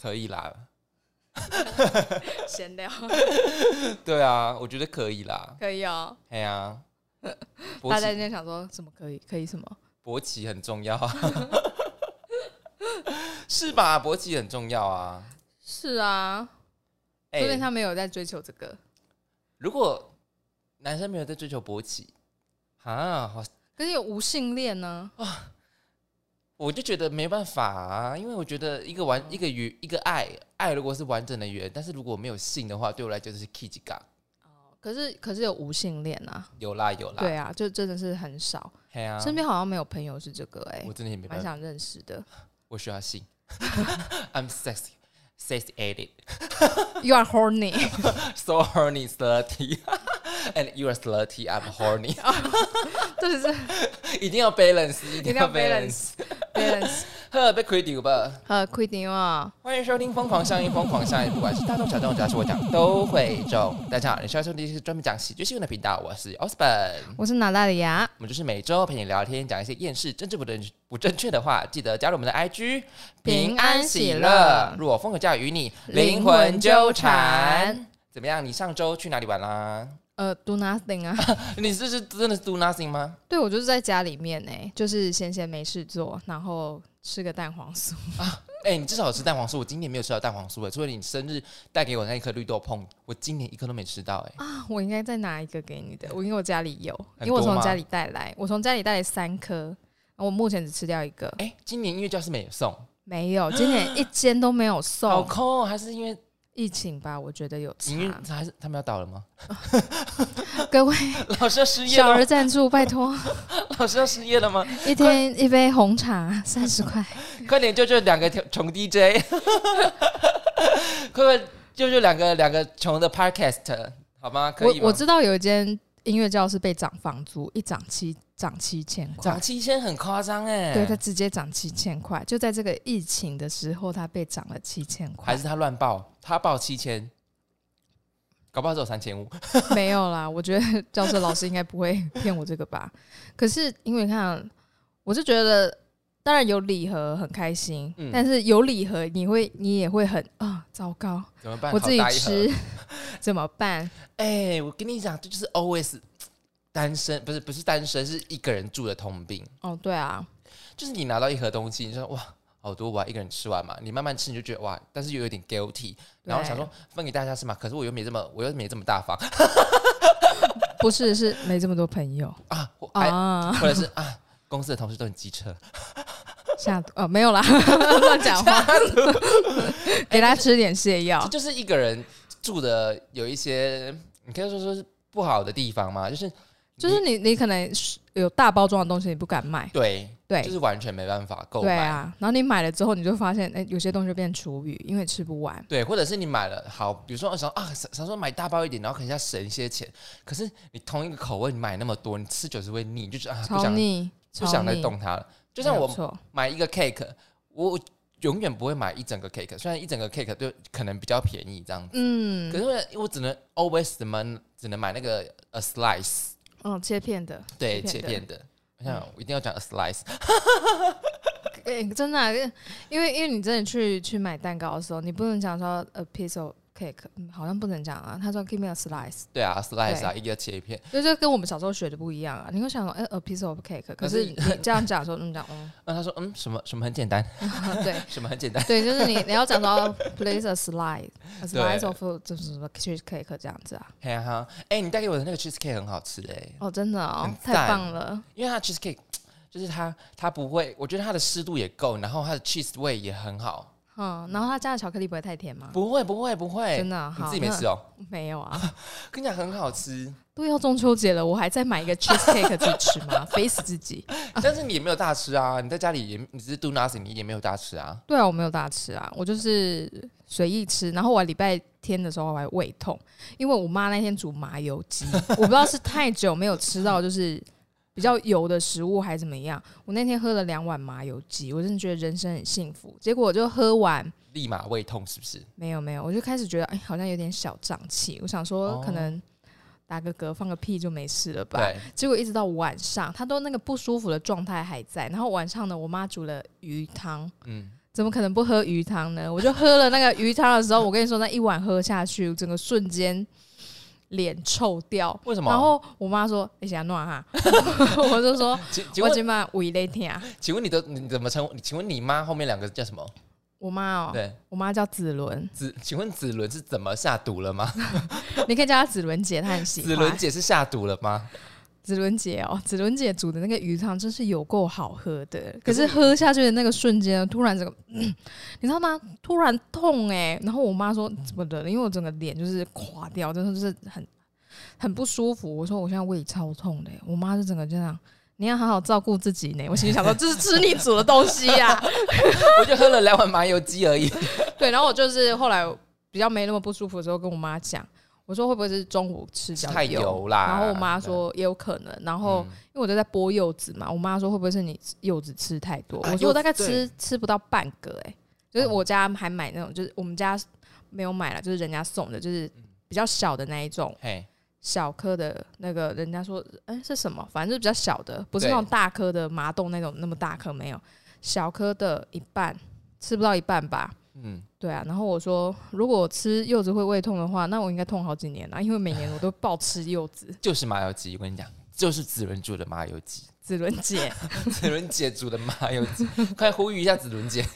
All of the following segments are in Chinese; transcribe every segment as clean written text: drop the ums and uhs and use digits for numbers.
可以啦。 闲聊。 对啊，我觉得可以啦。 可以哦。 哎呀， 大家今天想说什么可以？可以什么？ 勃起很重要啊，是吧？勃起很重要啊。 是啊，说不定他没有在追求这个。 如果男生没有在追求勃起，好， 可是有无性恋呢？ 我就觉得没办法啊，因为我觉得一个爱如果是完整的圆，但是如果没有性的话，对我来讲就是 K 杠。 可是有无性恋啊？ 有啦。 对啊，就真的是很少。 啊、 身边好像没有朋友是这个我真的也没办法， 蛮想认识的。 我需要性。I'm sexy addict. You are horny. So horny, slutty. And you are slutty, I'm horny. 这是一定要 balance， 一定要 balance。 呵，被亏丢吧？ 亏丢啊！ 欢迎收听《疯狂上映》，疯狂上映，不管是大众小众，只要是我讲都会中。大家好，你收听的是专门讲喜剧新闻的频道，我是 Osborn， 我是娜大里亚。 我们就是每周陪你聊天，讲一些厌世、政治不正确的话。记得加入我们的 IG， 平安喜乐。若我风格教与你灵魂纠缠。怎么样？你上周去哪里玩啦 ？Do nothing 啊！ 你这是真的是 do nothing 吗？ 对，我就是在家里面就是闲闲没事做，然后吃个蛋黄酥啊。你至少有吃蛋黄酥，我今年没有吃到蛋黄酥除了你生日带给我那一颗绿豆椪，我今年一颗都没吃到我应该再拿一个给你的，因为我家里有，因为我从家里带来3颗，我目前只吃掉1个。 今年音乐教室没有送？ 没有，今年一间都没有送。 好抠还是因为疫情吧？我觉得有差。 还是他们要倒了吗？ 各位老师要失业了， 小额赞助拜托。 老师要失业了吗？ 一天一杯红茶30块， 快点救救2个穷 DJ， 快救救两个穷的 Podcast 好吗？可以吗？ 我知道有一间音乐教室被涨房租，一涨7000块， 涨7000很夸张对，他直接涨7000块，就在这个疫情的时候，他被涨了7000块， 还是他乱报？他报7000，搞不好只有3500。 没有啦，我觉得教授老师应该不会骗我这个吧。可是因为你看，我是觉得，当然有礼盒很开心，但是有礼盒你也会很糟糕， 怎么办？ 我自己吃怎么办？ 我跟你讲，这就是 always 单身，不是单身，是一个人住的通病。 对啊， 就是你拿到一盒东西，你说哇好多，我要一个人吃完嘛。你慢慢吃，你就觉得哇，但是又有点 guilty， 然后想说分给大家吃嘛，可是我又没这么大方。 不是，是没这么多朋友或者是公司的同事都很机车。 没有啦，乱讲话。给他吃点泻药。 就是一个人住的有一些，你可以说是不好的地方吗？就是你可能有大包装的东西你不敢买， 对，就是完全没办法购买。 对啊，然后你买了之后，你就发现有些东西就变厨余，因为吃不完。 对，或者是你买了好，比如说想说买大包一点，然后可能要省一些钱，可是你同一个口味你买那么多，你吃久是会腻，就觉得超腻， 不想再动它了。就像我买一个 cake， 我永远不会买一整个 cake， 虽然一整个 cake 就可能比较便宜这样子，可是我只能 always 只能买那个 a slice。 切片的， 对，切片的。我想我一定要讲 a slice。 真的因为你真的去买蛋糕的时候，你不能讲说 a piece of cake， 好像不能讲啊。他说 give me a slice。 对啊 ，slice 啊，一个切片。 就跟我们小时候学的不一样啊。你会想说a piece of cake， 可是你这样讲说他说什么很简单。 对， 什么很简单。 对，就是你要讲到 place a slice of 就是什么 cheese cake 这样子啊。 你带给我的那个 cheese cake 很好吃真的太棒了。 因为它 cheese cake 就是它不会，我觉得它的湿度也够，然后它的 cheese 味也很好。 然后他加的巧克力不会太甜吗？ 不会，真的。 你自己没吃没有啊。 跟你讲很好吃。 都要中秋节了，我还在买一个 cheese cake 自己吃吗？肥死自己。 但是你也没有大吃啊，你在家里你只是 do nothing， 你也没有大吃啊。 对啊，我没有大吃啊，我就是随意吃。然后我礼拜天的时候我还胃痛，因为我妈那天煮麻油鸡，我不知道是太久没有吃到就是比较油的食物还是怎么样。我那天喝了2碗麻油鸡，我真的觉得人生很幸福。结果我就喝完立马胃痛，是不是？ 没有，我就开始觉得好像有点小胀气。我想说可能打个嗝放个屁就没事了吧。结果一直到晚上，他都那个不舒服的状态还在。然后晚上呢，我妈煮了鱼汤， 怎么可能不喝鱼汤呢？我就喝了那个鱼汤的时候，我跟你说，那一碗喝下去，整个瞬间脸臭掉。 为什么？ 然后我妈说：“你想弄哈？”我就说：“我今晚胃在痛。” 请问你怎么称呼？请问你妈后面2个叫什么？ 我妈哦， 对， 我妈叫子伦。 请问子伦是怎么下毒了吗？ 你可以叫她子伦姐，她很喜欢。 子伦姐是下毒了吗？ 子伦姐哦，子伦姐煮的那个鱼汤真是有够好喝的，可是喝下去的那个瞬间，突然这个，你知道吗？突然痛然后我妈说怎么的？因为我整个脸就是垮掉，真的就是很不舒服。我说我现在胃超痛的，我妈就整个这样。你要好好照顾自己呢。我心里想说，这是吃你煮的东西呀、 我就喝了2碗麻油鸡而已。 对，然后我就是后来比较没那么不舒服的时候，跟我妈讲，我说会不会是中午吃比较太油啦？ 然后我妈说也有可能。然后因为我就在剥柚子嘛，我妈说会不会是你柚子吃太多？我说我大概吃不到半个就是我家还买那种，就是我们家没有买了，就是人家送的，就是比较小的那一种。小颗的那个，人家说，是什么？反正就是比较小的，不是那种大颗的麻豆那种那么大颗，没有，小颗的一半，吃不到一半吧。对啊。然后我说，如果我吃柚子会胃痛的话，那我应该痛好几年了，因为每年我都暴吃柚子。 就是麻油鸡，我跟你讲，就是子伦煮的麻油鸡。 子伦姐， 子伦姐煮的麻油鸡，快呼吁一下子伦姐。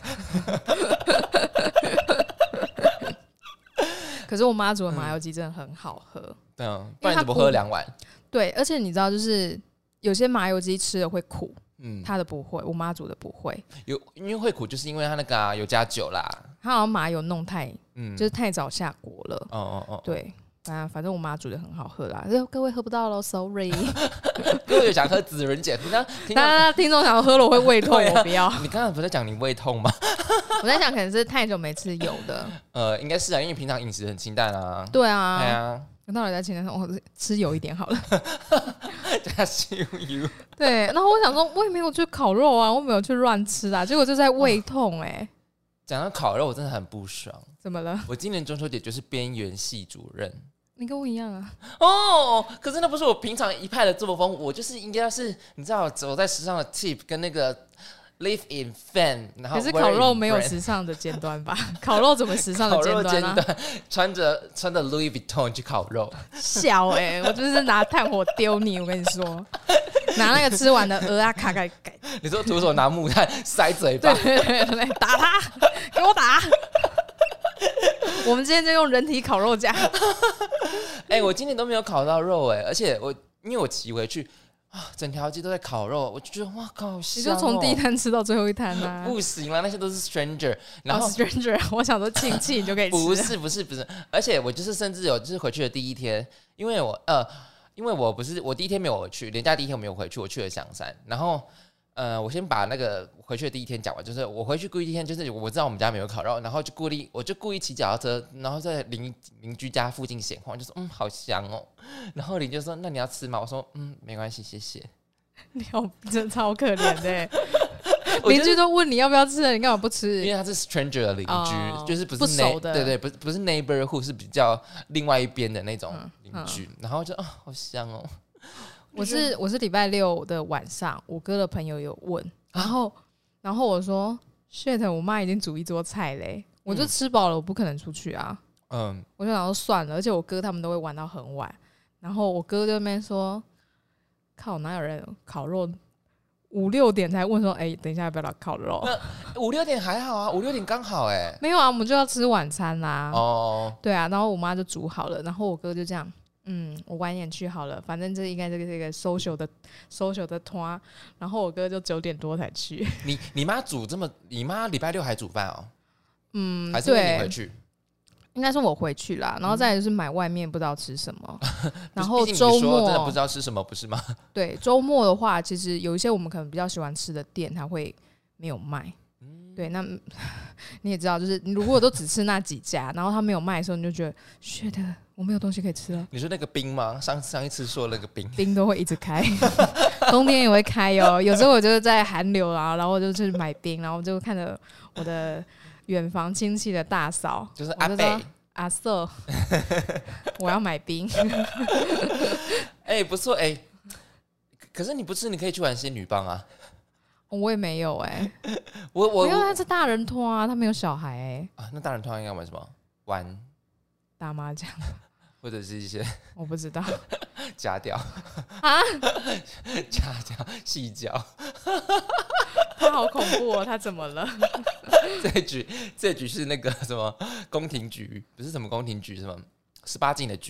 可是我妈煮的麻油鸡真的很好喝。 对啊，不然你怎么喝2碗？ 对，而且你知道，就是有些麻油鸡吃了会苦，她的不会，我妈煮的不会。 因为会苦，就是因为它那个有加酒啦。 她好像麻油弄太，就是太早下锅了。对，反正我妈煮的很好喝啦。各位喝不到咯 ，sorry。 各位有想喝子伦姐， 听众想喝了我会胃痛，我不要。 你刚才不是在讲你胃痛吗？ 我在想可能是太久没吃油的。 应该是啊，因为平常饮食很清淡啊。 对啊。 对啊。 那我在清淡上，我吃油一点好了。 加修油。 对，然后我想说，我也没有去烤肉啊，我没有去乱吃啊，结果就在胃痛讲到烤肉，我真的很不爽。 怎么了？ 我今年中秋节就是边缘系主任。 你跟我一样啊。 可是那不是我平常一派的作风，我就是应该是你知道走在时尚的 tip 跟那个 live in fan， 然后可是烤肉没有时尚的尖端吧？烤肉怎么时尚的尖端啊？ 穿着 Louis Vuitton 去烤肉， 小我就是拿炭火丢你，我跟你说，拿那个吃完的鹅啊卡盖盖。 你说徒手拿木炭塞嘴巴？ 对，打他，给我打！我们今天就用人体烤肉架。 我今年都没有烤到肉而且因为我骑回去。整条街都在烤肉，我就觉得哇靠，好香。 你就从第一摊吃到最后一摊啊？ 不行啦，那些都是 stranger。然后 stranger， 我想说亲戚你就可以吃。 不是，而且我就是甚至有就是回去的第一天，因为我不是我第一天没有回去，连假第一天我没有回去，我去了象山。然后我先把那个回去的第一天讲完，就是我回去第一天，就是我知道我们家没有烤肉，然后我就故意骑脚踏车，然后在邻居家附近闲晃，就说好香哦。然后邻居就说那你要吃吗？我说没关系，谢谢。 你真的超可怜的。邻居都问你要不要吃了，你干嘛不吃？ 因为他是 stranger 的邻居，就是不熟的， 对，不是 neighborhood， 是比较另外一边的那种邻居。然后就好香哦。 我是礼拜6的晚上，我哥的朋友有问，然后我说 shit， 我妈已经煮一桌菜嘞，我就吃饱了，我不可能出去啊。我就想说算了，而且我哥他们都会玩到很晚，然后我哥就在那边说，靠，哪有人烤肉5、6点才问说，等一下要不要来烤肉 ？5、6点还好啊，5、6点刚好没有啊，我们就要吃晚餐啦。对啊，然后我妈就煮好了，然后我哥就这样。我晚点去好了，反正这应该是一个 social 的团，然后我哥就9点多才去。 你妈你妈礼拜6还煮饭哦？还是你回去？ 应该是我回去啦，然后再来就是买外面不知道吃什么，然后周末真的不知道吃什么，不是吗？ 对，周末的话，其实有一些我们可能比较喜欢吃的店，它会没有卖。对，那你也知道，就是你如果都只吃那几家，然后他没有卖的时候，你就觉得shit，我没有东西可以吃了。 你说那个冰吗？上一次说那个冰都会一直开，冬天也会开哦。有时候我就是在寒流啊，然后我就去买冰，然后就看着我的远房亲戚的大嫂， 就是阿伯阿瑟，我要买冰。 不错可是你不吃，你可以去玩仙女棒啊。 我也没有哎、 我没有，他是大人拖啊，他没有小孩哎、 啊，那大人通常应该玩什么？玩打麻将， 或者是一些我不知道家调啊， 家调细脚。 他好恐怖哦，他怎么了？ 这局是那个什么宫廷局，不是什么宫廷局，什么18禁的局。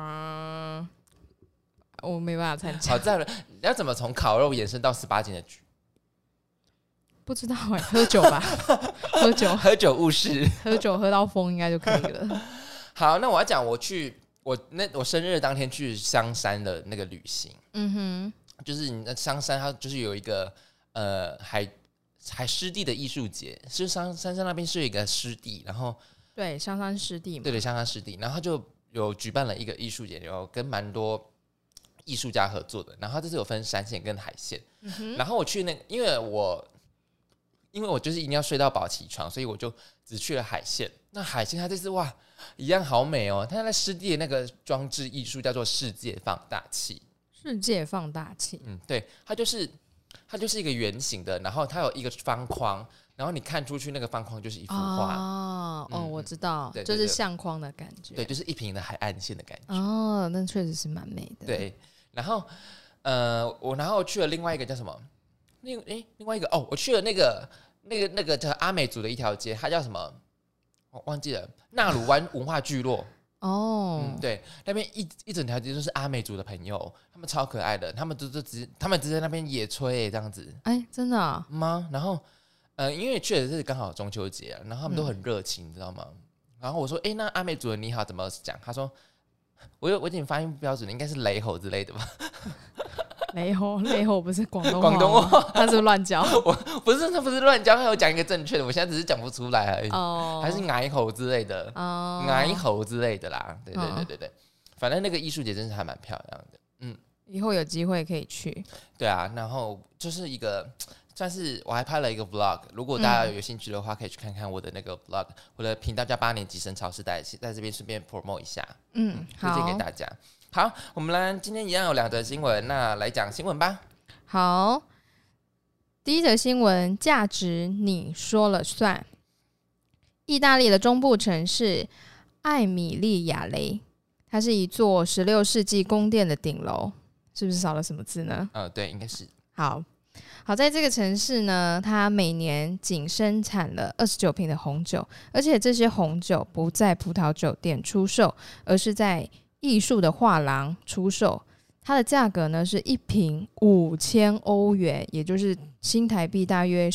我没办法参加。 好，再来，你要怎么从烤肉延伸到18禁的局？ 不知道哎、喝酒吧， 喝酒误事， 喝酒喝到疯应该就可以了。 好，那我要讲我生日当天去香山的那个旅行。就是你那香山它就是有一个海湿地的艺术节，是香山那边是有一个湿地，然后对香山湿地嘛， 对香山湿地，然后他就有举办了一个艺术节，有跟蛮多艺术家合作的，然后这次有分山线跟海线。然后我去因为我就是一定要睡到饱起床，所以我就只去了海线。那海线它这次哇一样好美哦，它在湿地的那个装置艺术叫做世界放大器。 世界放大器， 对，它就是一个圆形的，然后它有一个方框，然后你看出去那个方框就是一幅画。 我知道， 对， 就是相框的感觉， 对，就是一平的海岸线的感觉。 那确实是蛮美的。 对，然后我去了另外一个叫什么？另外一个我去了那个叫阿美族的一条街，它叫什么？我忘记了，纳鲁湾文化聚落。对，那边一整条街都是阿美族的朋友，他们超可爱的，他们只在那边野炊这样子。 真的啊？ 吗？然后因为确实是刚好中秋节，然后他们都很热情，你知道吗？然后我说，那阿美族的你好怎么讲？他说，我有点发音不标准的，应该是雷吼之类的吧。 雷吼不是广东话，他是乱教。 他不是乱教，他有讲一个正确的，我现在只是讲不出来而已。还是矮吼之类的，矮吼之类的啦。对，反正那个艺术节真是还蛮漂亮的。 以后有机会可以去。 对啊，然后就是一个算是我还拍了一个 vlog， 如果大家有兴趣的话，可以去看看我的那个 vlog， 我的频道叫8年级生潮时代，在这边顺便 promote 一下，推荐给大家。好，我们来今天一样有2则新闻，那来讲新闻吧。 好，第一则新闻，价值你说了算。意大利的中部城市艾米利亚雷，它是一座16世纪宫殿的顶楼，是不是少了什么字呢？ 对，应该是。 好，在这个城市呢，它每年仅生产了29瓶的红酒，而且这些红酒不在葡萄酒店出售，而是在艺术的画廊出售。它的价格呢是1瓶5000欧元，也就是新台币大约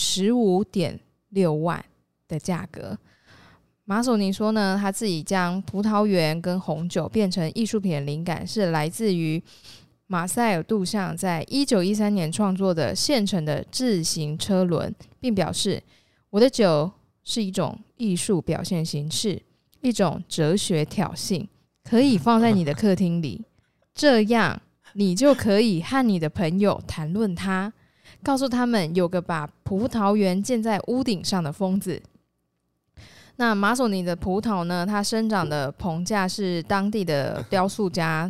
15.6万的价格。马索尼说呢，他自己将葡萄园跟红酒变成艺术品的灵感是来自于马塞尔·杜象在1913年创作的现成的自行车轮，并表示我的酒是一种艺术表现形式，一种哲学挑衅，可以放在你的客厅里，这样你就可以和你的朋友谈论它，告诉他们有个把葡萄园建在屋顶上的疯子。那马索尼的葡萄呢，它生长的棚架是当地的雕塑家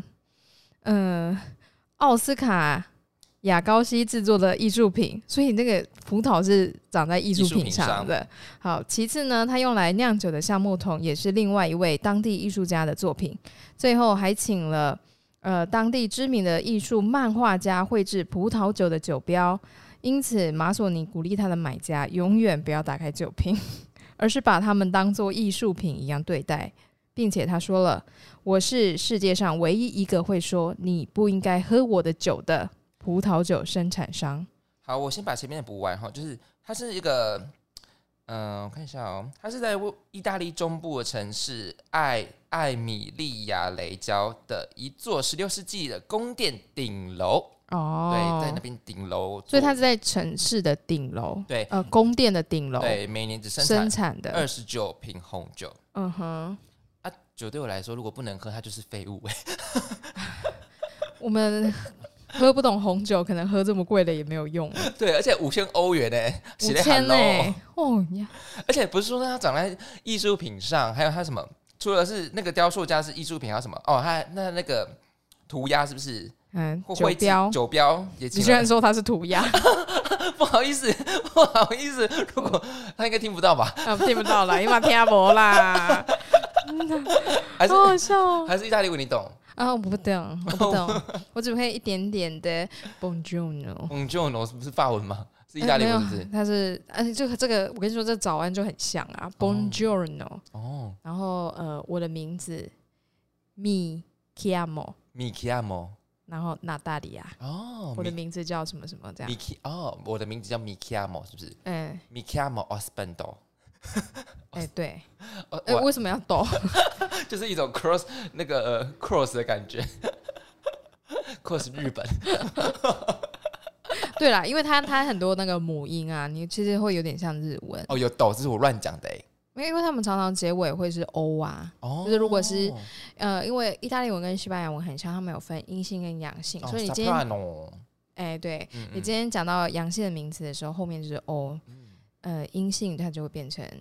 奥斯卡亚高西制作的艺术品，所以那个葡萄是长在艺术品上的。好，其次呢，它用来酿酒的橡木桶也是另外一位当地艺术家的作品。最后还请了当地知名的艺术漫画家绘制葡萄酒的酒标，因此马索尼鼓励他的买家永远不要打开酒瓶，而是把它们当作艺术品一样对待，并且他说了，我是世界上唯一一个会说你不应该喝我的酒的葡萄酒生产商。 好，我先把前面的补完，就是它是一个我看一下它是在意大利中部的城市艾米利亚雷郊的一座16世纪的宫殿顶楼。对，在那边顶楼， 所以它是在城市的顶楼， 对， 宫殿的顶楼， 对，每年只生产的 29瓶红酒。酒对我来说，如果不能喝，它就是废物。 我们喝不懂红酒，可能喝这么贵的也没有用。 对，而且5000欧元 5000 呀！而且不是说它长在艺术品上，还有它什么？除了是那个雕塑家是艺术品，还有什么？它那个涂鸦是不是？ 酒标也请了。 你居然说他是涂鸦， 不好意思，如果他应该听不到吧？ 听不到啦，因为听不啦。好好笑还是意大利文你懂？ 我不懂，我只会一点点的 Buongiorno。Buongiorno 是不是法文吗？是意大利文是不是？ 它是这个，我跟你说，这早安就很像啊 ，Buongiorno。然后我的名字 Mi chiamo， 然后娜大利亚。我的名字叫什么什么这样。 我的名字叫 Mi chiamo， 是不是？Mi chiamo Osvaldo。 对，为什么要抖？ 就是一种 cross 那个cross 的感觉，cross 日本。 对啦，因为它很多那个母音啊，你其实会有点像日文。 有抖，这是我乱讲的因为他们常常结尾会是 O 啊，就是如果是因为意大利文跟西班牙文很像，他们有分阴性跟阳性，所以你今天对，你今天讲到阳性的名词的时候，后面就是 O。阴性它就会变成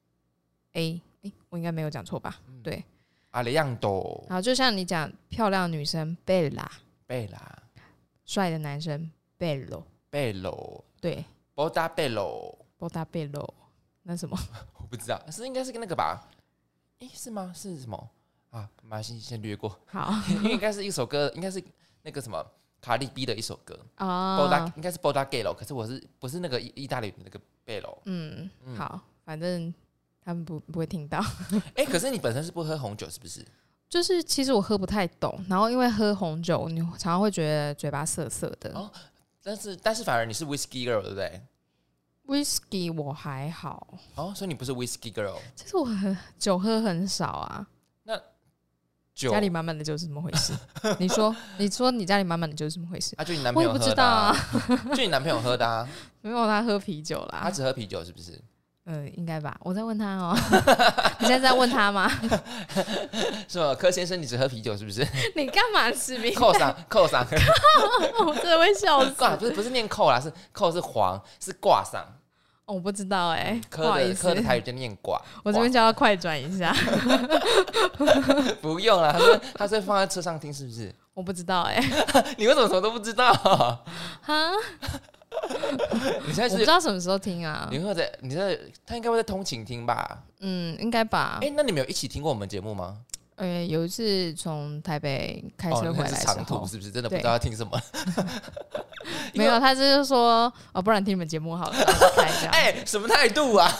A， 我应该没有讲错吧？对， 阿雷样多。 好，就像你讲漂亮的女生 Bella， 帅的男生 Bello， 对 Boda Bello， 那什么？ 我不知道，应该是那个吧？是吗？是什么啊？马来西先略过。好，因为应该是一首歌，应该是那个什么卡利 B 的一首歌应该是 Boda Bello， 可是不是那个意大利的那个。 好，反正他们不会听到。 可是你本身是不喝红酒是不是？ 就是其实我喝不太懂，然后因为喝红酒，你常常会觉得嘴巴涩涩的。 但是反而你是 Whisky Girl 对不对 ？Whisky 我还好。 所以你不是 Whisky Girl。 其实我酒喝很少啊。 那家里满满的酒是怎么回事？你说你家里满满的酒是怎么回事？ 就你男朋友喝的。我也不知道啊。就你男朋友喝的啊。 没有，他喝啤酒啦。 他只喝啤酒是不是？ 应该吧。我在问他哦。你现在在问他吗？ 是吗？柯先生，你只喝啤酒是不是？ 你干嘛指名？ 扣上。 我真的会笑死。 不是念扣啦，是扣是黄，是挂上。 我不知道不好意思。 柯的台语就念挂。 我这边叫他快转一下。 不用啦，他是放在车上听是不是？ 我不知道你为什么什么都不知道？ 哈？ 你现在是我不知道什么时候听啊？ 他应该会在通勤听吧？ 应该吧。 那你们有一起听过我们节目吗？ 有一次从台北开车回来的时候， 长途是不是真的不知道要听什么？ 没有，他就是说不然听你们节目好了，看一下。 什么态度啊？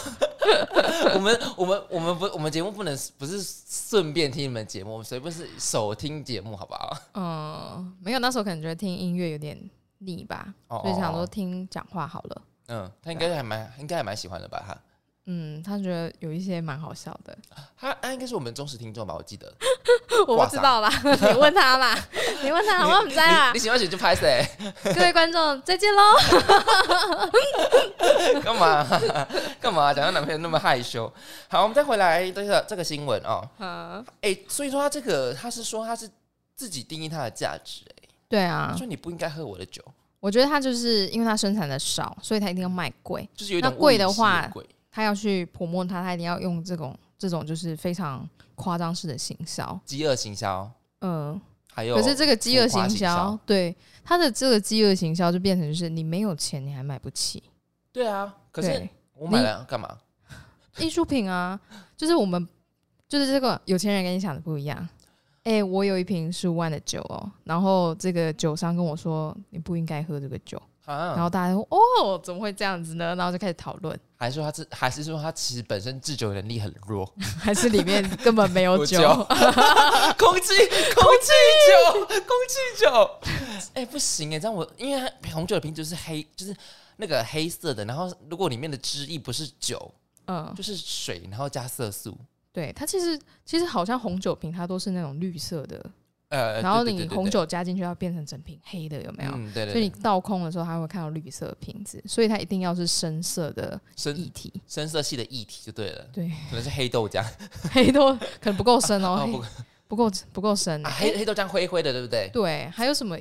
我们节目不是顺便听你们节目，所以不是手听节目，好不好？ 没有，那时候可能觉得听音乐有点腻吧，所以想说听讲话好了。 他应该还蛮喜欢的吧？ 他觉得有一些蛮好笑的。 他应该是我们忠实听众吧？我记得。 我不知道啦，你问他啦，我不知道啦。 你喜欢写就拍谁？ 各位观众，再见喽。 干嘛？讲到男朋友那么害羞。好，我们再回来这个新闻所以说他是说他是自己定义他的价值。 对啊， 说你不应该喝我的酒。 我觉得他就是因为他生产的少，所以他一定要卖贵。 就是有点贵的话，他要去promote他一定要用这种就是非常夸张式的行销， 饥饿行销。还有， 可是这个饥饿行销，对他的这个饥饿行销就变成就是你没有钱你还买不起。 对啊，可是我买了干嘛？ 艺术品啊，就是我们就是这个有钱人跟你想的不一样。我有一瓶15万的酒然后这个酒商跟我说你不应该喝这个酒。然后大家说怎么会这样子呢？然后就开始讨论， 还是说他其实本身制酒能力很弱， 还是里面根本没有酒？ 空气酒，不行这样因为红酒的瓶就是黑，就是那个黑色的，然后如果里面的汁液不是酒，就是水，然后加色素。 对，它其实好像红酒瓶它都是那种绿色的。然后你红酒加进去要变成整瓶黑的，有没有？ 对。 所以你倒空的时候，它会看到绿色瓶子，所以它一定要是深色的液体， 深色系的液体就对了。 对， 可能是黑豆浆， 黑豆可能不够深不够深。 黑豆浆灰灰的，对不对？ 对，还有什么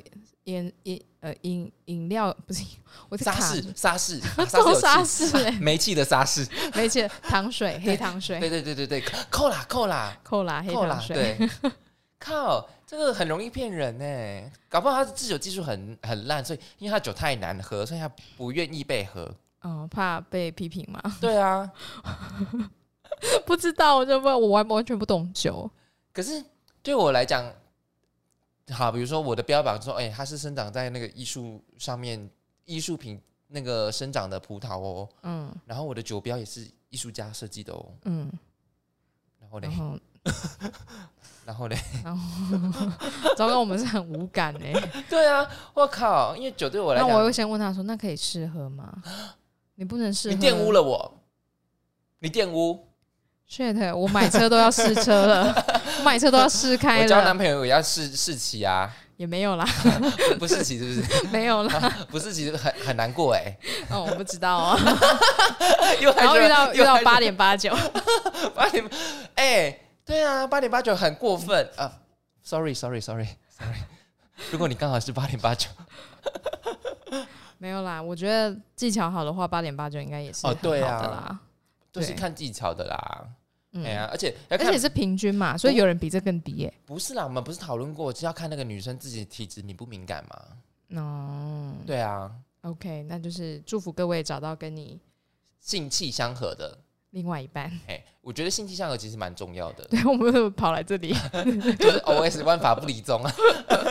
饮料不是？ 沙士，煤气的沙士， 煤气糖水，黑糖水。 对，扣啦， 黑糖水。对。 靠，这个很容易骗人呢。搞不好他的制酒技术很烂，所以因为他酒太难喝，所以他不愿意被喝。 哦，怕被批评吗？ 对啊， 不知道，我完全不懂酒。 可是对我来讲，好，比如说我的标榜说，它是生长在那个艺术上面，艺术品那个生长的葡萄哦。然后我的酒标也是艺术家设计的哦。然后嘞。然后糟糕，我们是很无感哎。 对啊，我靠，因为酒对我来讲， 那我会先问他说：“那可以试喝吗？”你不能试喝， 你玷污了我，你玷污。 shit， 我买车都要试车了，我买车都要试开了。 我交男朋友也要试骑啊， 也没有啦， 不试骑是不是？ 没有啦， 不试骑很难过哎。 哦，我不知道啊。 然后遇到8.89， 对啊，8.89很过分啊。Sorry。如果你刚好是8.89， 没有啦。我觉得技巧好的话，8.89应该也是很好的啦。 都是看技巧的啦。而且是平均嘛，所以有人比这更低耶。 不是啦，我们不是讨论过，是要看那个女生自己体质敏不敏感嘛。对啊。 OK， 那就是祝福各位找到跟你性气相合的另外一半。 我觉得性气相合其实蛮重要的。 对，我们怎么跑来这里？ 就是 OS 万法不离宗啊。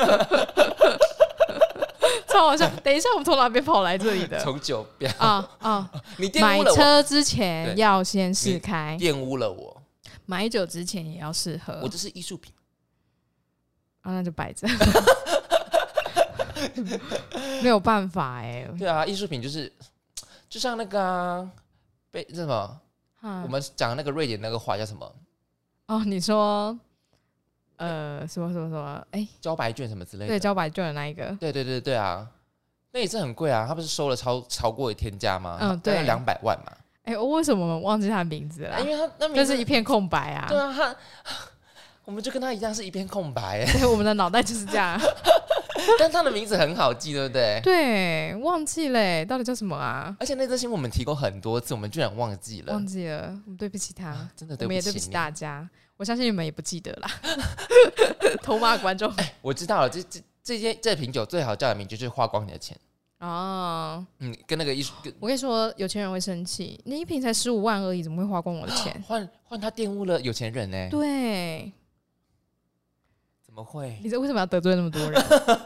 超好笑！等一下，我们从哪边跑来这里的？ 从酒标你玷污了我。买车之前要先试开， 玷污了我。 买酒之前也要试喝。 我这是艺术品那就摆着。没有办法哎。 对啊，艺术品就像那个被什么？我们讲那个瑞典那个花叫什么？ 你说什么？ 交白卷什么之类的？ 对，交白卷的那一个。 对啊，那也是很贵啊。他不是收了超过天价吗？ 对 ，200万嘛。 我为什么忘记他的名字了？ 因为他那名字就是一片空白啊。 对啊，我们就跟他一样是一片空白。 对，我们的脑袋就是这样。 但他的名字很好记，对不对？ 对，忘记了，到底叫什么啊？ 而且那则新闻我们提过很多次，我们居然忘记了。 我们对不起他， 真的对不起， 我们也对不起大家。我相信你们也不记得啦。偷骂观众。 我知道了，这瓶酒最好叫的名就是花光你的钱。跟那个艺术， 我跟你说，有钱人会生气，你一瓶才15万而已，怎么会花光我的钱？ 换他玷污了有钱人呢？ 对。 怎么会？ 你这为什么要得罪那么多人？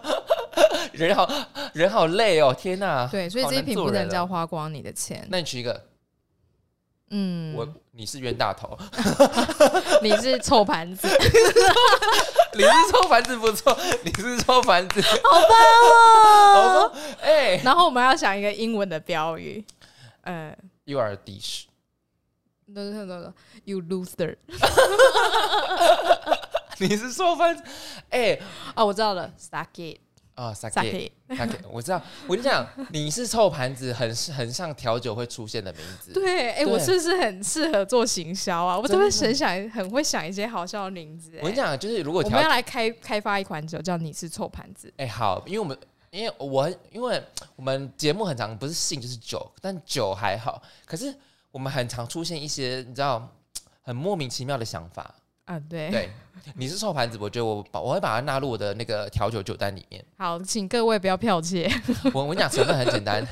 人好累哦！天哪！ 对，所以这一瓶不能叫花光你的钱。 那你取一个，你是冤大头， 你是臭盘子， 你是臭盘子不错，你是臭盘子， 好棒哦！ 然后我们要想一个英文的标语 ，You are a dish， You loser。 你是臭盘子， 我知道了 ，Sake。 Sake， 我知道。我跟你讲，你是臭盘子，很像调酒会出现的名字。 对，我是不是很适合做行销啊？我都会很会想一些好笑的名字。 我跟你讲，就是如果我们要来开发一款酒，叫你是臭盘子。 好，因为我们节目很常不是性就是酒，但酒还好。可是我们很常出现一些你知道很莫名其妙的想法。 对， 你是臭盘子，我觉得我会把它纳入我的那个调酒酒单里面。 好，请各位不要剽窃。 我跟你讲，成分很简单，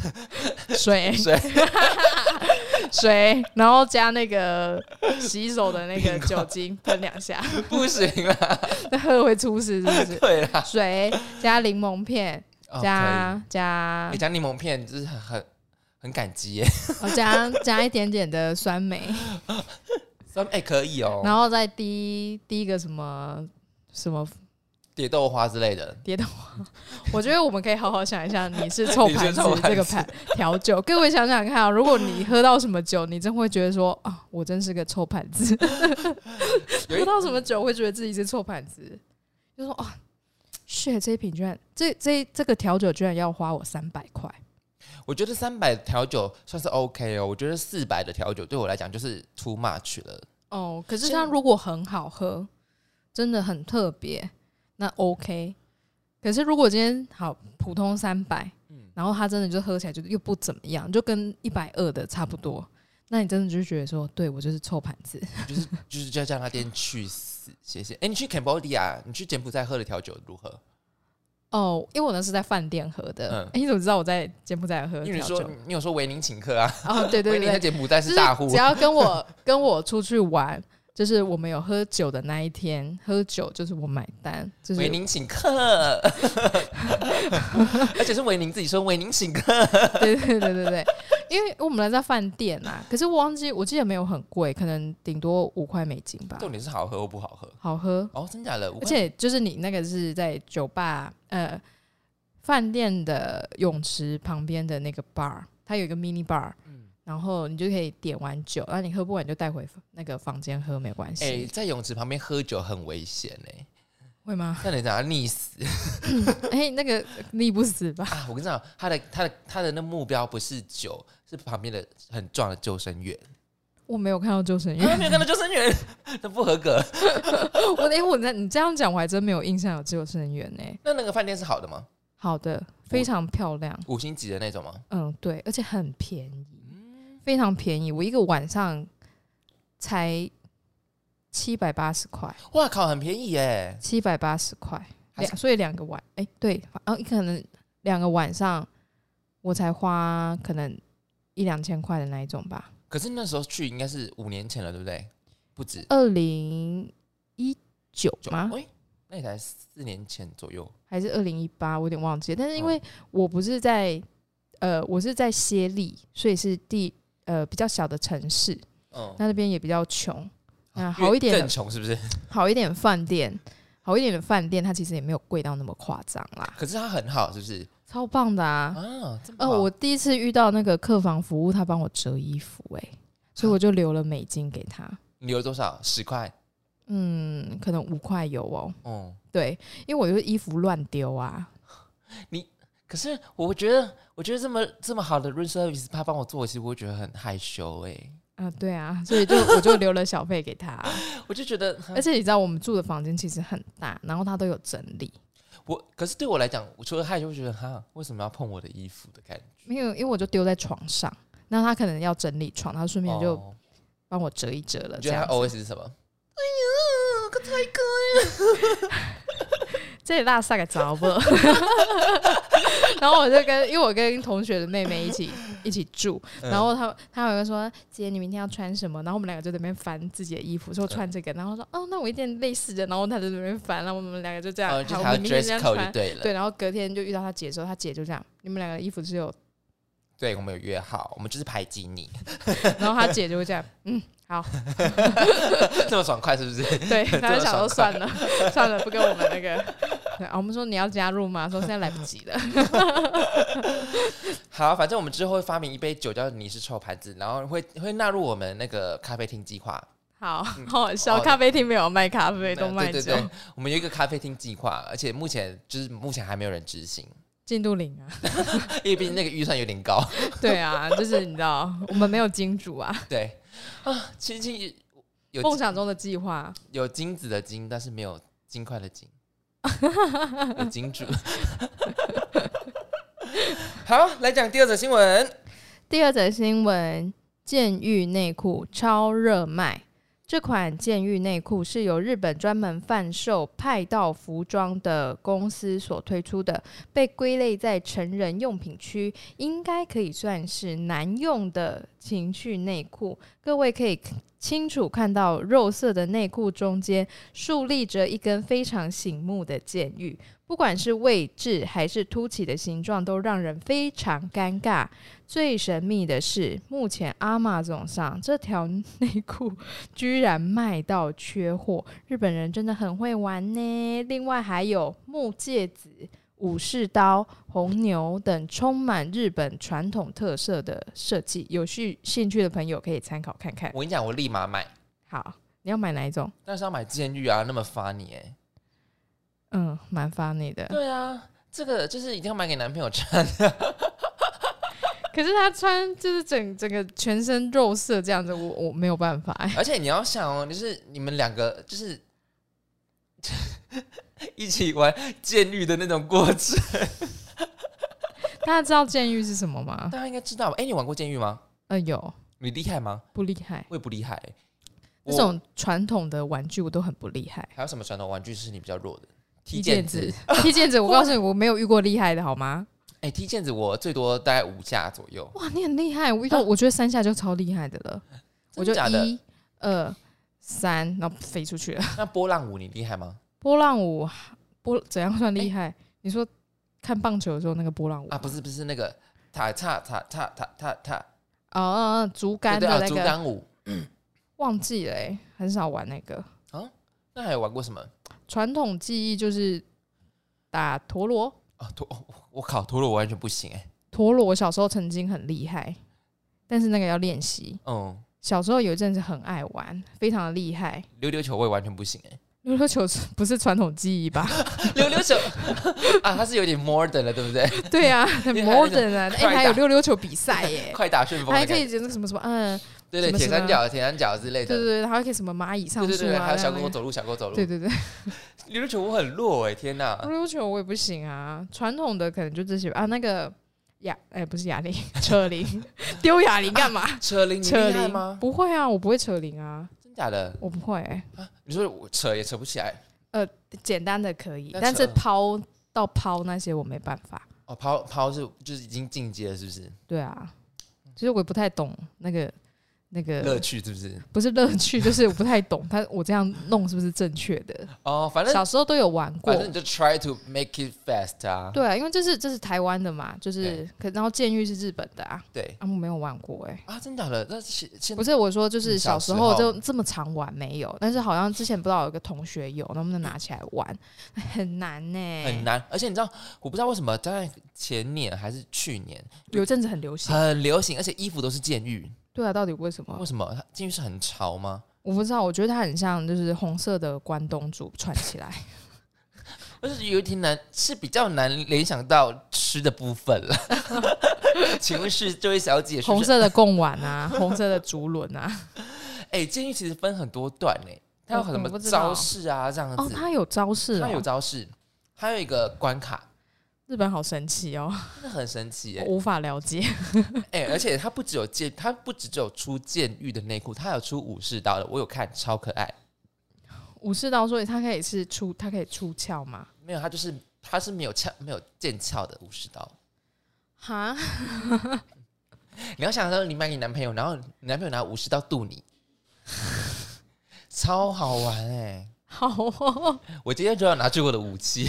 水，然后加那个洗手的那个酒精喷2下， 不行啦， 那喝会出事是不是？ 对啦， 水加柠檬片，加你加柠檬片就是很感激耶。 加一点点的酸梅。 可以哦， 然后再滴一个什么蝶豆花之类的。 蝶豆花，我觉得我们可以好好想一下，你是臭盘子这个调酒。各位想想看如果你喝到什么酒，你真会觉得说我真是个臭盘子。喝到什么酒会觉得自己是臭盘子，就说shit，这一瓶居然这个调酒居然要花我300块。 我觉得300调酒算是 OK 哦，我觉得400的调酒对我来讲就是 too much 了。 可是它如果很好喝，真的很特别，那 OK。可是如果今天好普通300，然后它真的就喝起来就又不怎么样，就跟120的差不多，那你真的就觉得说，对我就是臭盘子， 就是就要叫他店去死。 谢谢。你去 Cambodia， 你去柬埔寨喝的调酒如何？ 哦，因为我那是在饭店喝的。你怎么知道我在柬埔寨喝调酒？ 因为你有说维宁请客啊。 哦，对对对， 维宁在柬埔寨是大户， 只要跟我出去玩。就是我们有喝酒的那一天，喝酒就是我买单，就是维宁请客，而且是维宁自己说维宁请客。 对对对对对，因为我们在饭店啊，可是我记得没有很贵，可能顶多$5吧。 重点是好喝或不好喝？ 好喝哦，真假的？ 而且就是你那个是在酒吧饭店的泳池旁边的那个 bar， 它有一个 mini bar。然后你就可以点完酒，然后你喝不完就带回那个房间喝，没关系。 在泳池旁边喝酒很危险会吗？ 那你讲溺死？ 那个溺不死吧？ 我跟你讲，他的那目标不是酒，是旁边的很壮的救生员。 我没有看到救生员， 没有看到救生员，那不合格。 你这样讲，我还真没有印象有救生员那个饭店是好的吗？ 好的，非常漂亮 ，5星级的那种吗？ 对，而且很便宜。非常便宜，我一个晚上才780块。 哇靠，很便宜耶 ！780块，所以2个晚，对，可能2个晚上我才花可能1-2千块的那一种吧。 可是那时候去应该是5年前了，对不对？不止 ，2019吗？ 那也才4年前左右， 还是2018？我有点忘记了。但是因为我不是在我是在暹粒，所以是比较小的城市，那边也比较穷，好一点更穷是不是？ 好一点的饭店，它其实也没有贵到那么夸张啦。 可是它很好，是不是？ 超棒的啊！我第一次遇到那个客房服务，他帮我折衣服，所以我就留了美金给他。 你留多少？10块？ 可能5块有哦。对，因为我就是衣服乱丢啊。 可是我觉得这么好的 room service， 他帮我做，其实我会觉得很害羞对啊，所以我就留了小费给他。 我就觉得， 而且你知道我们住的房间其实很大，然后他都有整理。 可是对我来讲，我除了害羞，就觉得为什么要碰我的衣服的感觉？ 因为我就丢在床上，那他可能要整理床，他顺便就帮我折一折了。 你觉得他 OS 是什么？哎呀，个太哥呀！ 这里拉萨个糟不？然后因为我跟同学的妹妹一起住，然后他有个说姐你明天要穿什么，然后我们2个就在那边翻自己的衣服，说穿这个，然后说那我一件类似的，然后他就在那边翻，然后我们2个就这样， 就还要 dress code 就对了， 对，然后隔天就遇到他姐的时候，他姐就这样，你们2个衣服是有， 对我们有约好，我们就是排挤你， 然后他姐就会这样，好， 这么爽快是不是？ 对，他就想说算了，不跟我们那个。对我们说你要加入吗？说现在来不及了。 好，反正我们之后会发明一杯酒叫你是臭盘子，然后会纳入我们那个咖啡厅计划。 好好笑，咖啡厅没有卖咖啡，都卖酒。 对，我们有一个咖啡厅计划，而且目前还没有人执行。 进度0啊， 因为毕竟那个预算有点高。 对啊，就是你知道，我们没有金主啊。 对其实有梦想中的计划， 有金子的金，但是没有金块的金。有金主。好，来讲第2则新闻。 第2则新闻，监狱内裤超热卖。这款监狱内裤是由日本专门贩售派道服装的公司所推出的，被归类在成人用品区，应该可以算是男用的情趣内裤。各位可以清楚看到肉色的内裤中间竖立着一根非常醒目的监狱，不管是位置还是凸起的形状都让人非常尴尬。最神秘的是，目前 Amazon 上这条内裤居然卖到缺货，日本人真的很会玩呢。另外还有木戒指、武士刀、红牛等充满日本传统特色的设计，有兴趣的朋友可以参考看看。 我跟你讲，我立马买。 好，你要买哪一种？ 但是要买监狱啊，那么funny 蛮funny的。 对啊，这个就是一定要买给男朋友穿的。 可是他穿就是整个全身肉色这样子，我没有办法。 而且你要想就是你们2个就是一起玩监狱的那种过程。 大家知道监狱是什么吗？ 大家应该知道吧？你玩过监狱吗？ 有。 你厉害吗？ 不厉害， 我也不厉害。 这种传统的玩具我都很不厉害。 还有什么传统玩具是你比较弱的？ 踢毽子，踢毽子，我告诉你，我没有遇过厉害的好吗？ 踢毽子我最多大概5下左右。 哇，你很厉害！我遇到我觉得3下就超厉害的了，我就1、2、3，然后飞出去了。 那波浪舞你厉害吗？ 波浪舞怎样算厉害？你说看棒球的时候那个波浪舞啊？不是那个踏竹竿的那个竹竿舞， 忘记了很少玩那个啊。那还有玩过什么？ 传统技艺就是打陀螺我靠，陀螺我完全不行陀螺我小时候曾经很厉害，但是那个要练习。小时候有一阵子很爱玩，非常的厉害。 溜溜球我也完全不行溜溜球不是传统技艺吧？ 溜溜球啊，它是有点 modern 了，对不对？ 对啊，很 modern 啊！还有溜溜球比赛耶， 快打旋风， 还可以那个什么对，铁三角之类的， 对，还可以什么蚂蚁上树啊， 还有小狗走路，对，溜溜球我很弱天哪！ 溜溜球我也不行啊，传统的可能就这些啊，那个不是哑铃，扯铃，丢哑铃干嘛？ 扯铃，你厉害吗？ 不会啊，我不会扯铃啊。真假的？ 我不会你说我扯也扯不起来？ 简单的可以，但是抛那些我没办法。 抛就是已经进阶了，是不是？ 对啊，其实我也不太懂那个乐趣是不是？ 不是乐趣，就是我不太懂我这样弄是不是正确的？ 反正小时候都有玩过， 反正你就 try to make it fast 啊。 对啊，因为这是台湾的嘛，就是然后监狱是日本的啊。 对我没有玩过真的假的？那不是我说，就是小时候就这么常玩没有，但是好像之前不知道有个同学有，能不能拿起来玩？很难很难。而且你知道，我不知道为什么在前年还是去年有一阵子很流行， 而且衣服都是监狱。 对啊，到底为什么？ 为什么它监狱是很潮吗？ 我不知道，我觉得它很像就是红色的关东煮串起来， 就是有点难，是比较难联想到吃的部分了。请问是这位小姐， 红色的贡丸啊，红色的竹轮啊。 监狱其实分很多段它有什么招式啊这样子。 它有招式， 它有招式，还有一个关卡。 日本好神奇哦， 真的很神奇我无法了解。 而且它不只有出监狱的内裤，它有出武士刀的，我有看，超可爱。 武士刀，所以它可以出鞘吗？ 没有，它是没有剑鞘的武士刀。 哈， 你要想说你买给你男朋友，然后你男朋友拿武士刀渡你，超好玩好哦， 我今天就要拿出我的武器。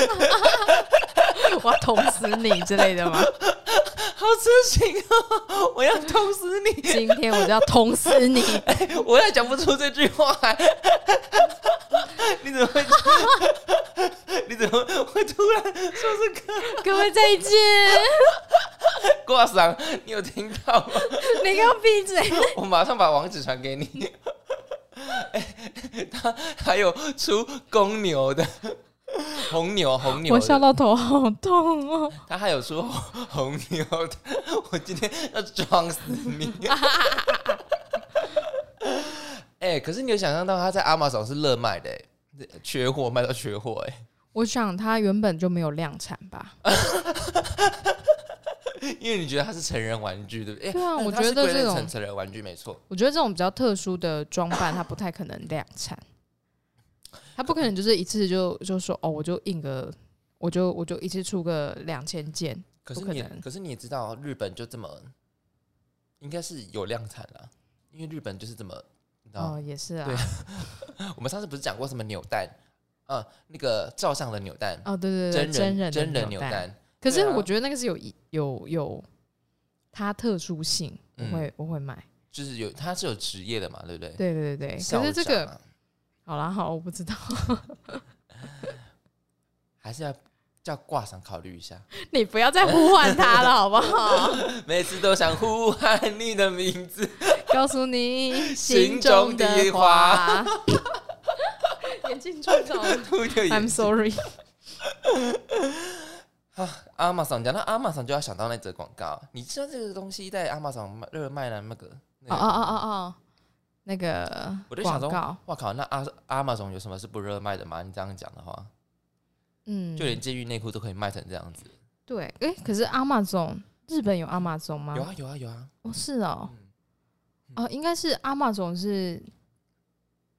我要捅死你之类的吗？ 好痴情哦！我要捅死你！ 今天我就要捅死你！ 我也讲不出这句话。你怎么会突然说这个？ 各位再见。 挂嗓，你有听到吗？ 你给我闭嘴！ 我马上把网址传给你。他还有出公牛的。红牛的， 我笑到头好痛哦。 他还有出红牛的，我今天要撞死你。可是你有想象到他在 Amazon 是热卖的缺货卖到缺货我想他原本就没有量产吧。 因为你觉得它是成人玩具，对不对？ 对啊，我觉得这种成人玩具没错。 我觉得这种比较特殊的装扮，它不太可能量产。他不可能就是一次就说我就印个，我就一次出个2000件， 可是你也知道，日本就这么应该是有量产了，因为日本就是这么，你知道也是啊。 对，我们上次不是讲过什么扭蛋？那个照相的扭蛋对，真人扭蛋。 可是我觉得那个是有它特殊性，我会买， 就是它是有职业的嘛，对不对？ 对。可是这个。好啦，我不知道， 还是要叫挂上考虑一下。 你不要再呼唤他了，好不好？ 每次都想呼喊你的名字， 告诉你心中的话。眼睛撞到了 ，I'm sorry。 Amazon 讲到 Amazon 就要想到那则广告，你知道这个东西在 Amazon 热卖的那个？ 那个我就想说，哇靠，那Amazon 有什么是不热卖的吗？你这样讲的话，就连监狱内裤都可以卖成这样子。 对，可是 Amazon 日本有 Amazon 吗？ 有啊。 是哦，应该是 Amazon 是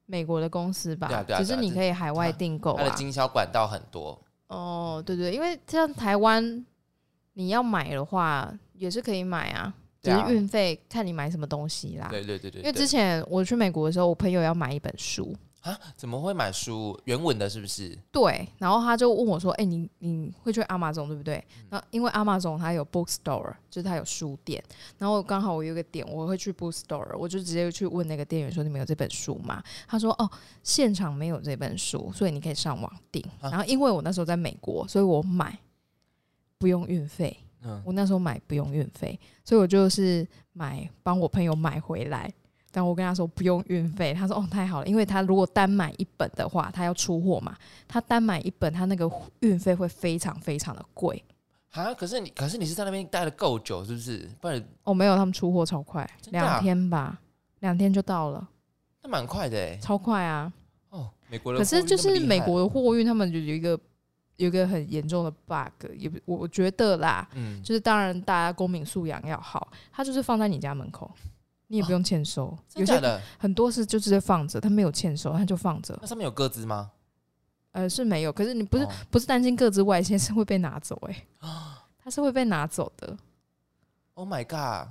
美国的公司吧， 对啊， 只是你可以海外订购， 它的经销管道很多。 哦，对对，因为像台湾你要买的话也是可以买啊，只是运费看你买什么东西啦。 对，因为之前我去美国的时候，我朋友要买一本书啊，怎么会买书？原文的是不是？ 对，然后他就问我说：“你会去 Amazon 对不对？”然后因为 Amazon 它有 bookstore， 就是它有书店，然后刚好我有一个点，我会去 bookstore， 我就直接去问那个店员说：“你们有这本书吗？”他说：“哦，现场没有这本书，所以你可以上网订。”然后因为我那时候在美国，所以我买不用运费。我那时候买不用运费，所以我就是帮我朋友买回来。但我跟他说不用运费，他说哦太好了，因为他如果单买一本的话，他要出货嘛，他单买一本，他那个运费会非常非常的贵啊。可是你是在那边待了够久是不是？不然哦没有，他们出货超快，2天吧，2天就到了， 那蛮快的哎， 超快啊。 哦，美国的可是就是美国的货运，他们就有一个很严重的 bug， 我觉得啦，就是当然大家公民素养要好，他就是放在你家门口。你也不用签收， 真的假的？ 很多是就直接放着，他没有签收，他就放着。 那上面有个资吗？ 是没有，可是你不是担心个资外泄，是会被拿走他是会被拿走的。 Oh my god！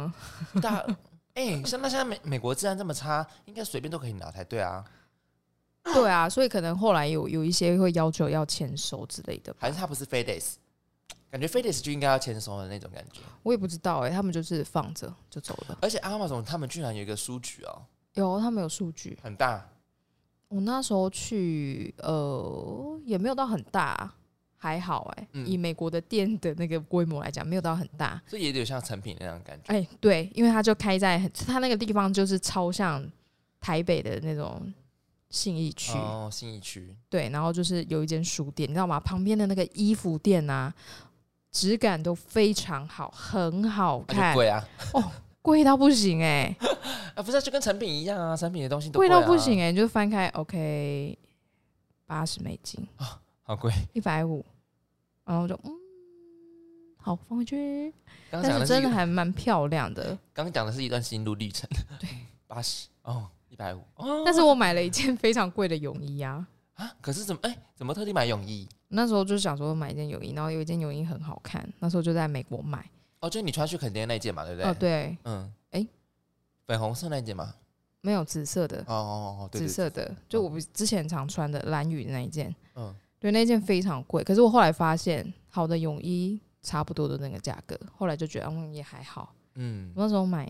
像那现在美国治安这么差，应该随便都可以拿才对啊。 对啊，所以可能后来有一些会要求要签收之类的吧。 还是他不是 FedEx？感觉 FedEx 就应该要签收的那种感觉， 我也不知道他们就是放着就走了。 而且 Amazon 他们居然有一个书局哦， 有他们有数据很大。 我那时候去也没有到很大，还好以美国的店的那个规模来讲，没有到很大， 所以也有点像成品那样的感觉。 对，因为它就开在它那个地方就是超像台北的那种信义区信义区对，然后就是有一间书店，你知道吗？旁边的那个衣服店啊。质感都非常好，很好看。 贵啊！ 贵到不行不是就跟成品一样啊，成品的东西都贵到不行就翻开 OK $80 好贵 ，150，然后就好放回去。但是真的还蛮漂亮的。 刚刚讲的是一段心路历程。 对 ，80150 但是我买了一件非常贵的泳衣啊！ 可是怎么特地买泳衣？ 那时候就想说买一件泳衣，然后有一件泳衣很好看，那时候就在美国买。 就是你穿去垦丁那件嘛，对不对？ 对。 粉红色那件吗？ 没有，紫色的。 对， 紫色的，就我之前常穿的蓝雨的那一件。对，那件非常贵，可是我后来发现，好的泳衣差不多的那个价格，后来就觉得也还好。我那时候买，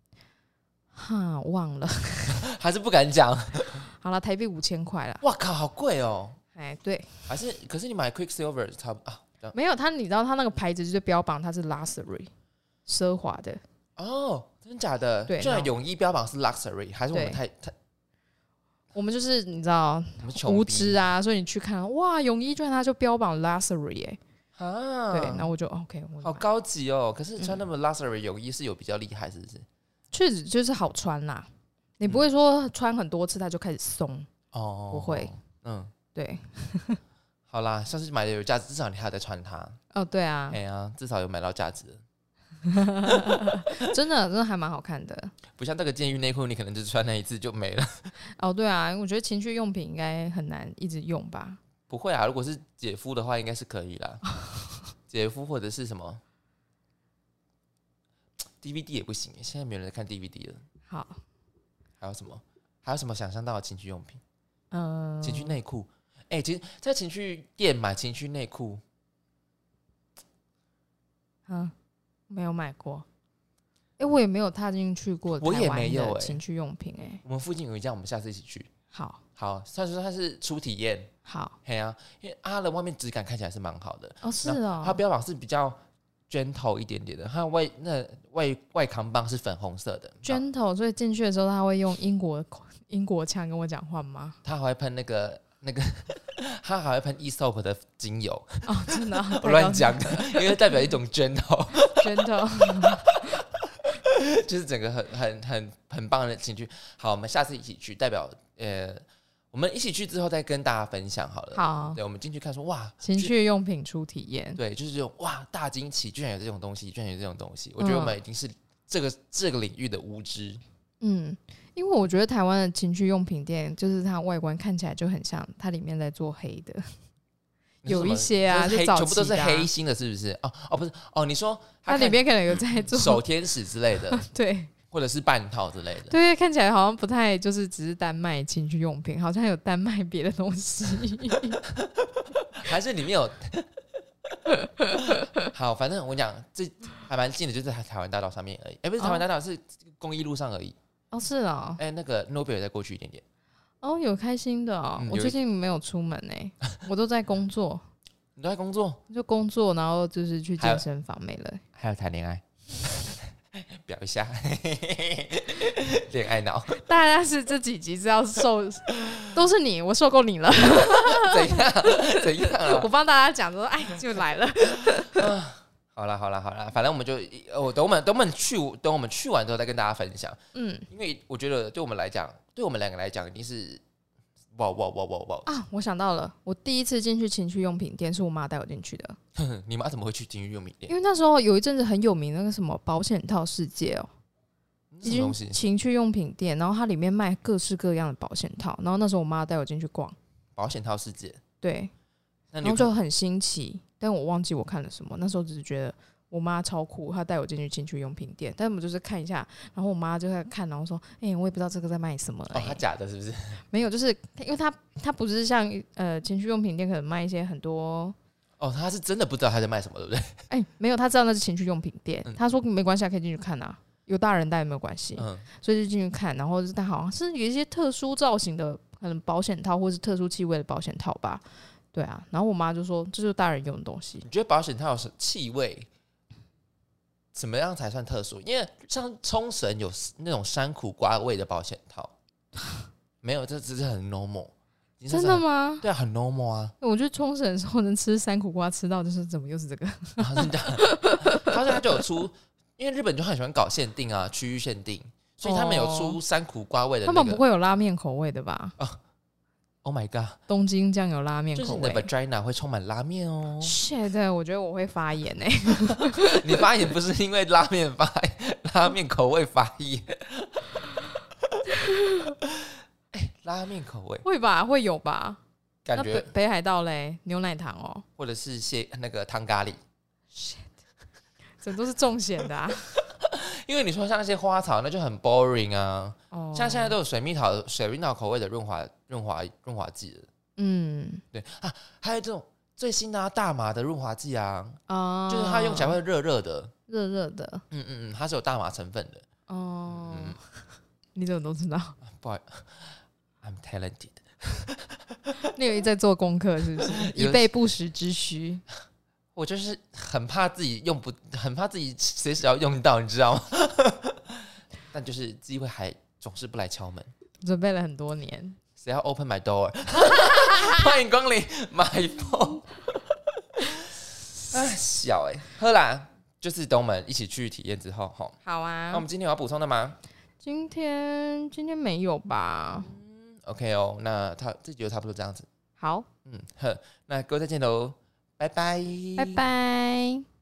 忘了， 还是不敢讲。 好了，台币5000块啦。 哇靠，好贵哦！ 对， 可是你买 Quicksilver 差不多没有你知道它那个牌子就是标榜它是 luxury 奢华的真假的？ 对， 就像泳衣标榜是 luxury， 还是我们太我们就是你知道无知啊，所以你去看哇，泳衣居然它就标榜 luxury 对，然后我就 OK， 好高级哦。可是穿那么 luxury 泳衣是有比较厉害，是不是？ 确实就是好穿啦，你不会说穿很多次它就开始松不会。对。 好啦，下次买的有价值，至少你还有在穿它。 对啊。 至少有买到价值。 真的还蛮好看的， 不像那个监狱内裤，你可能就是穿那一次就没了。 对啊，我觉得情趣用品应该很难一直用吧？ 不会啊，如果是姐夫的话，应该是可以啦。姐夫或者是什么 DVD 也不行，现在没有人在看 DVD 了。 好， 还有什么？还有什么想象到的情趣用品？情趣内裤。其实，在情趣店买情趣内裤， 没有买过。我也没有踏进去过我也没有情趣用品。 我们附近有一家，我们下次一起去。 好， 算是它是初体验。 好， 因为它的外面质感看起来是蛮好的。 是它标榜是比较 gentle 一点点的，它外扛棒是粉红色的 gentle， 所以进去的时候他会用英国腔跟我讲话吗？ 他还会喷那个他还会喷 e-soap 的精油。 真的我乱讲的，因为代表一种 gentle 就是整个很棒的情趣。好，我们下次一起去，代表我们一起去之后再跟大家分享好了。 好， 对，我们进去看说哇， 情趣用品初体验。 对，就是这种哇大惊奇，居然有这种东西，居然有这种东西。我觉得我们已经是这个领域的无知。 因为我觉得台湾的情趣用品店，就是它外观看起来就很像它里面在做黑的，有一些啊，就早期的啊， 全部都是黑心的，是不是？哦，不是哦，你说它里面可能有在做手天使之类的， 对， 或者是半套之类的， 对，看起来好像不太就是只是单卖情趣用品，好像有单卖别的东西， 还是里面有。好，反正我跟你讲，这还蛮近的，就是在台湾大道上面而已。不是台湾大道，是公益路上而已。 哦，是啊。 那个 Nobel 再过去一点点。 哦，有开心的哦。我最近没有出门我都在工作。 你都在工作？ 就工作，然后就是去健身房没了。 还有谈恋爱。表一下恋爱脑， 大家是这几集是要受，都是你，我受够你了。 怎样啊？ 我帮大家讲说，哎，就来了。 好啦，反正我们就等我们去完之后再跟大家分享。因为我觉得对我们来讲，对我们两个来讲，一定是哇啊！ 我想到了，我第一次进去情趣用品店是我妈带我进去的。 你妈怎么会去情趣用品店？ 因为那时候有一阵子很有名那个什么保险套世界哦， 什么东西？ 情趣用品店，然后它里面卖各式各样的保险套，然后那时候我妈带我进去逛保险套世界。 对，然后就很新奇，但我忘记我看了什么。那时候只是觉得我妈超酷，她带我进去情趣用品店，但我们就是看一下，然后我妈就在看，然后说：“我也不知道这个在卖什么。” 她假的是不是？ 没有，就是因为她不是像情趣用品店可能卖一些很多。 他是真的不知道他在卖什么，对不对？ 没有，他知道那是情趣用品店。他说没关系，可以进去看啊，有大人带也没有关系。所以就进去看，然后他好像是有一些特殊造型的，可能保险套或是特殊气味的保险套吧。对啊，然后我妈就说这就是大人用的东西。 你觉得保险套有气味怎么样才算特殊？因为像冲绳有那种山苦瓜味的保险套，没有，这只是很 normal。 真的吗？ 对啊，很 normal 啊。 我觉得冲绳的时候能吃山苦瓜，吃到就是怎么又是这个？ 他就有出，因为日本就很喜欢搞限定啊，区域限定，所以他们有出山苦瓜味的、那个。 他们不会有拉面口味的吧 ？Oh my god！ 东京酱油拉面口味， 就是你的 vagina 会充满拉面哦。 shit， 我觉得我会发炎你发炎不是因为拉面口味发炎。拉面口味会吧，会有吧？ 感觉北海道嘞，牛奶糖哦， 或者是那个汤咖喱， 这都是重咸的啊。 因为你说像那些花草，那就很 boring 啊。像现在都有水蜜桃口味的润滑剂了。对啊，还有这种最新的大麻的润滑剂啊，就是它用起来会热热的。它是有大麻成分的。 你怎么都知道？ 不好意思。I'm talented。 你有在做功课是不是？以备不时之需。 我就是很怕自己随时要用到，你知道吗？但就是机会还总是不来敲门。 准备了很多年， 谁要 open my door？ 欢迎光临 my phone。小喝啦，就是等我们一起去体验之后， 好啊。 那我们今天有要补充的吗？ 今天没有吧 ？OK 哦，那这集就差不多这样子。 好， 那各位再见喽，拜拜， 拜拜。